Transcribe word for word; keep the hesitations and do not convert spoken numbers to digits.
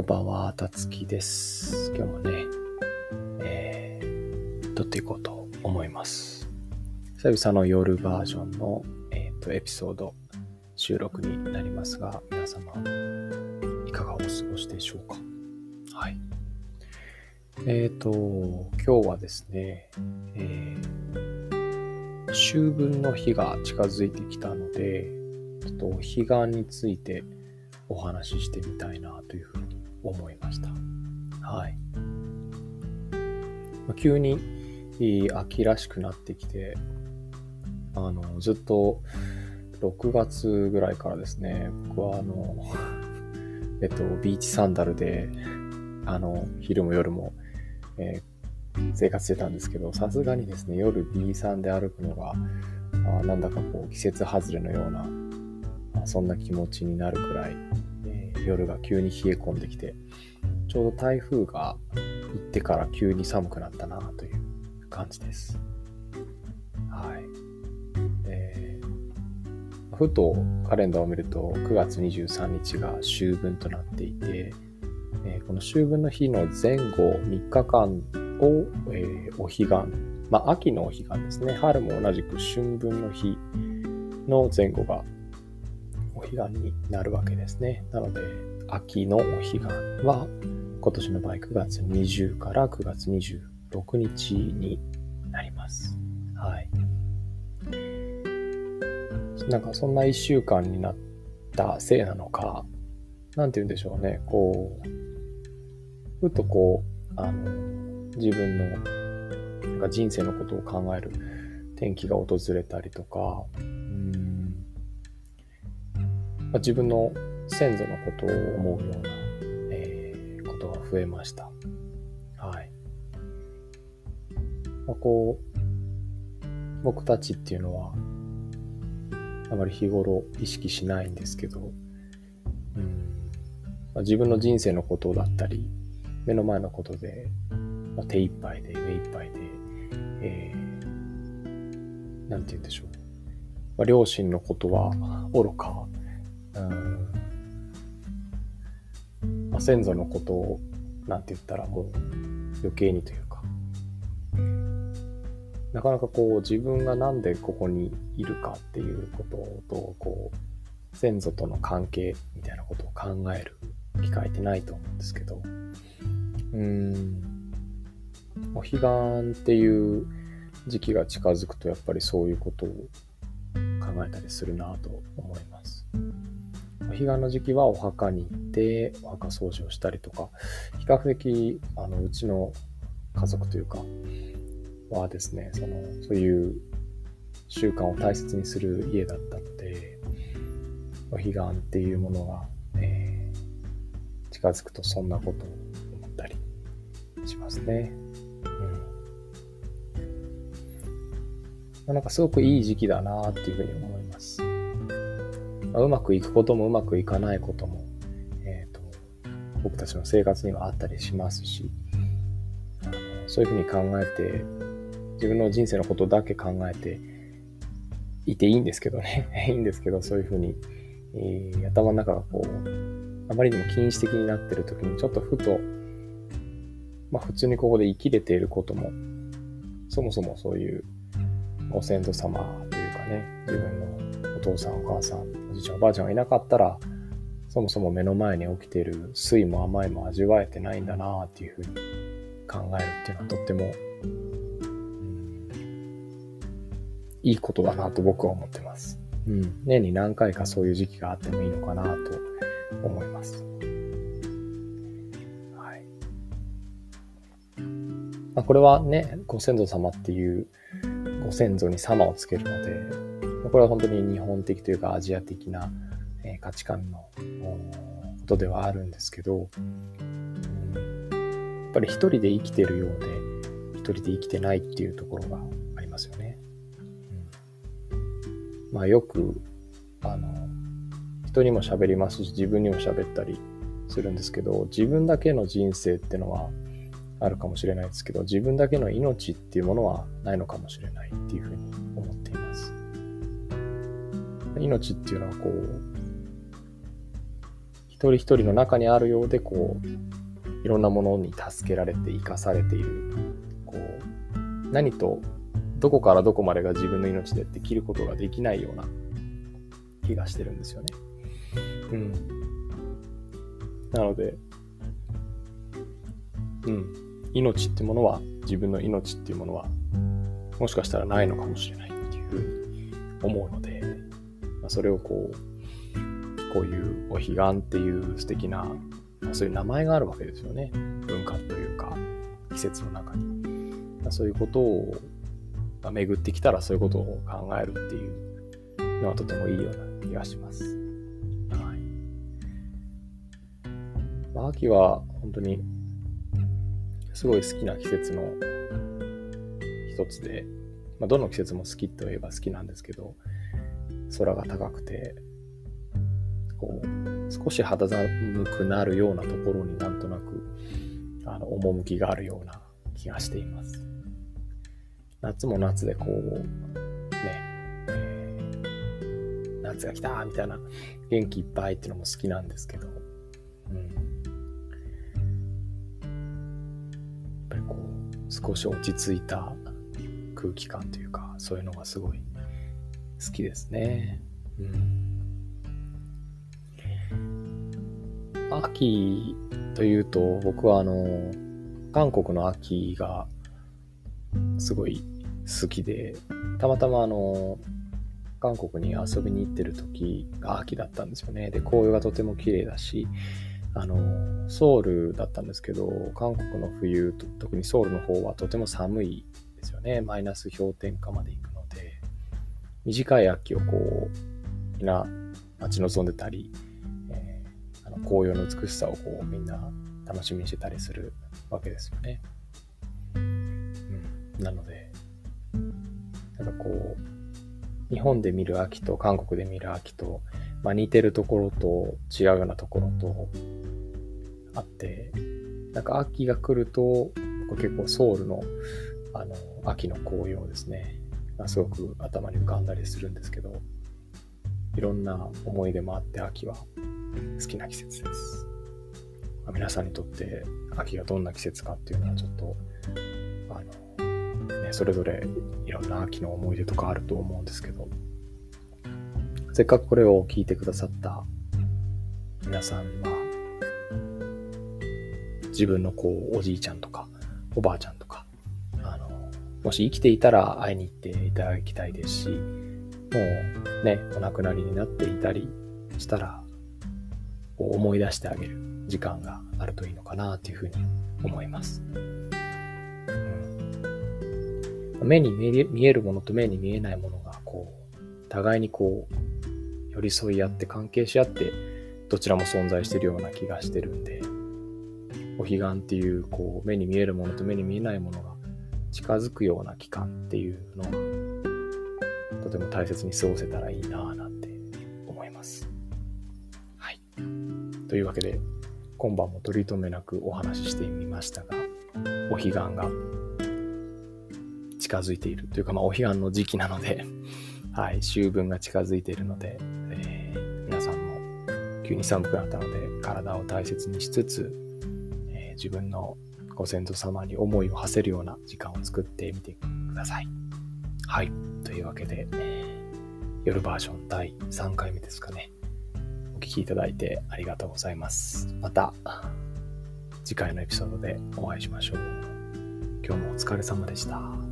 こんばんは、たつきです。今日もね、えー、撮っていこうと思います。久々の夜バージョンの、えー、とエピソード収録になりますが、皆様いかがお過ごしでしょうか。はい。えっ、ー、と今日はですね、えー、秋分の日が近づいてきたので、ちょっと彼岸についてお話ししてみたいなというふうに思いました。はい。急に秋らしくなってきて、あのずっとろくがつぐらいからですね、僕はあのえっとビーチサンダルであの昼も夜も、えー、生活してたんですけど、さすがにですね、夜 ビー さんで歩くのがあなんだかこう季節外れのような、そんな気持ちになるくらい、えー、夜が急に冷え込んできて、ちょうど台風が行ってから急に寒くなったなという感じです。はい。えー、ふとカレンダーを見るとくがつにじゅうさんにちが秋分となっていて、えー、この秋分の日の前後みっかかんを、えー、お彼岸、まあ秋のお彼岸ですね。春も同じく春分の日の前後がお彼岸になるわけですね。なので秋のお彼岸は今年の場合くがつにじゅうからくがつにじゅうろくにちになります。はい。なんかそんないっしゅうかんになったせいなのか、なんて言うんでしょうね。こう、ふとこう、あの、自分のなんか人生のことを考える転機が訪れたりとか、うーん、まあ、自分の先祖のことを思うような、えー、ことが増えました。はい。まあ、こう、僕たちっていうのは、あまり日頃意識しないんですけど、うんまあ、自分の人生のことだったり、目の前のことで、まあ、手一杯で、目一杯で、えー、なんて言うんでしょう。まあ、両親のことは愚か、うんまあ、先祖のことをなんて言ったらもう余計にというか、なかなかこう自分がなんでここにいるかっていうことと、こう先祖との関係みたいなことを考える機会ってないと思うんですけど、うーんお彼岸っていう時期が近づくとやっぱりそういうことを考えたりするなと思います。お彼岸の時期はお墓に行ってお墓掃除をしたりとか、比較的あのうちの家族というかはですね、そのそういう習慣を大切にする家だったので、お彼岸っていうものが、えー、近づくとそんなことを思ったりしますね。うん、なんかすごくいい時期だなっていうふうに思います。まあ、うまくいくこともうまくいかないことも、えーと、僕たちの生活にはあったりしますし、あのそういうふうに考えて自分の人生のことだけ考えていていいんですけどねいいんですけど、そういうふうに、えー、頭の中がこうあまりにも禁止的になっている時にちょっとふと、まあ普通にここで生きれていることも、そもそもそういうご先祖様というかね、自分のお父さんお母さんおじいちゃんおばあちゃんがいなかったら、そもそも目の前に起きている酸いも甘いも味わえてないんだなっていうふうに考えるっていうのはとってもいいことだなと僕は思ってます。うん、年に何回かそういう時期があってもいいのかなと思います。はい。まあ、これはね、ご先祖様っていうご先祖に様をつけるので、これは本当に日本的というかアジア的な価値観のことではあるんですけど、うん、やっぱり一人で生きてるようで一人で生きてないっていうところがありますよね。まあよくあの人にも喋りますし、自分にも喋ったりするんですけど、自分だけの人生ってのはあるかもしれないですけど、自分だけの命っていうものはないのかもしれないっていうふうに思っています。命っていうのはこう一人一人の中にあるようで、こういろんなものに助けられて生かされている、こう何とどこからどこまでが自分の命でって切ることができないような気がしてるんですよね。うん。なので、うん、命ってものは、自分の命っていうものはもしかしたらないのかもしれないっていうふうに思うので、まあ、それをこうこういうお彼岸っていう素敵な、まあ、そういう名前があるわけですよね。文化というか季節の中に、まあ、そういうことを、まあ、巡ってきたらそういうことを考えるっていうのはとてもいいような気がします。はい。まあ、秋は本当にすごい好きな季節の一つで、まあ、どの季節も好きといえば好きなんですけど、空が高くてこう少し肌寒くなるようなところになんとなくあの趣があるような気がしています。夏も夏でこうね、えー、夏が来たみたいな元気いっぱいっていうのも好きなんですけど、うん、やっぱりこう少し落ち着いた空気感というか、そういうのがすごい好きですね。うん、秋というと、僕はあの韓国の秋がすごい好きで、たまたまあの韓国に遊びに行ってる時が秋だったんですよね。で、紅葉がとても綺麗だし、あのソウルだったんですけど、韓国の冬、特にソウルの方はとても寒いですよね。マイナス氷点下まで行くので、短い秋をこうみんな待ち望んでたり、えー、あの紅葉の美しさをこうみんな楽しみにしてたりするわけですよね。うん、なのでなんかこう日本で見る秋と韓国で見る秋と、まあ、似てるところと違うようなところとあって、なんか秋が来ると結構ソウルのあの秋の紅葉ですね、すごく頭に浮かんだりするんですけど、いろんな思い出もあって秋は好きな季節です。まあ、皆さんにとって秋がどんな季節かっていうのはちょっとあの、ね、それぞれいろんな秋の思い出とかあると思うんですけど、せっかくこれを聞いてくださった皆さんは自分のこうおじいちゃんとかおばあちゃんとか、あのもし生きていたら会いに行っていただきたいですし、もうねお亡くなりになっていたりしたらこう思い出してあげる時間があるといいのかなというふうに思います。うん、目に見えるものと目に見えないものがこう互いにこう寄り添い合って関係し合ってどちらも存在しているような気がしてるんで、お彼岸っていうこう目に見えるものと目に見えないものが近づくような期間っていうのをとても大切に過ごせたらいいなぁなんて思います。はい。というわけで今晩も取り留めなくお話ししてみましたが、お彼岸が近づいているというか、まあお彼岸の時期なので、はい、秋分が近づいているので、えー、皆さんも急に寒くなったので体を大切にしつつ、えー、自分のご先祖様に思いを馳せるような時間を作ってみてください。はい。というわけで、えー、夜バージョンだいさんかいめですかね。お聞きいただいてありがとうございます。また次回のエピソードでお会いしましょう。今日もお疲れ様でした。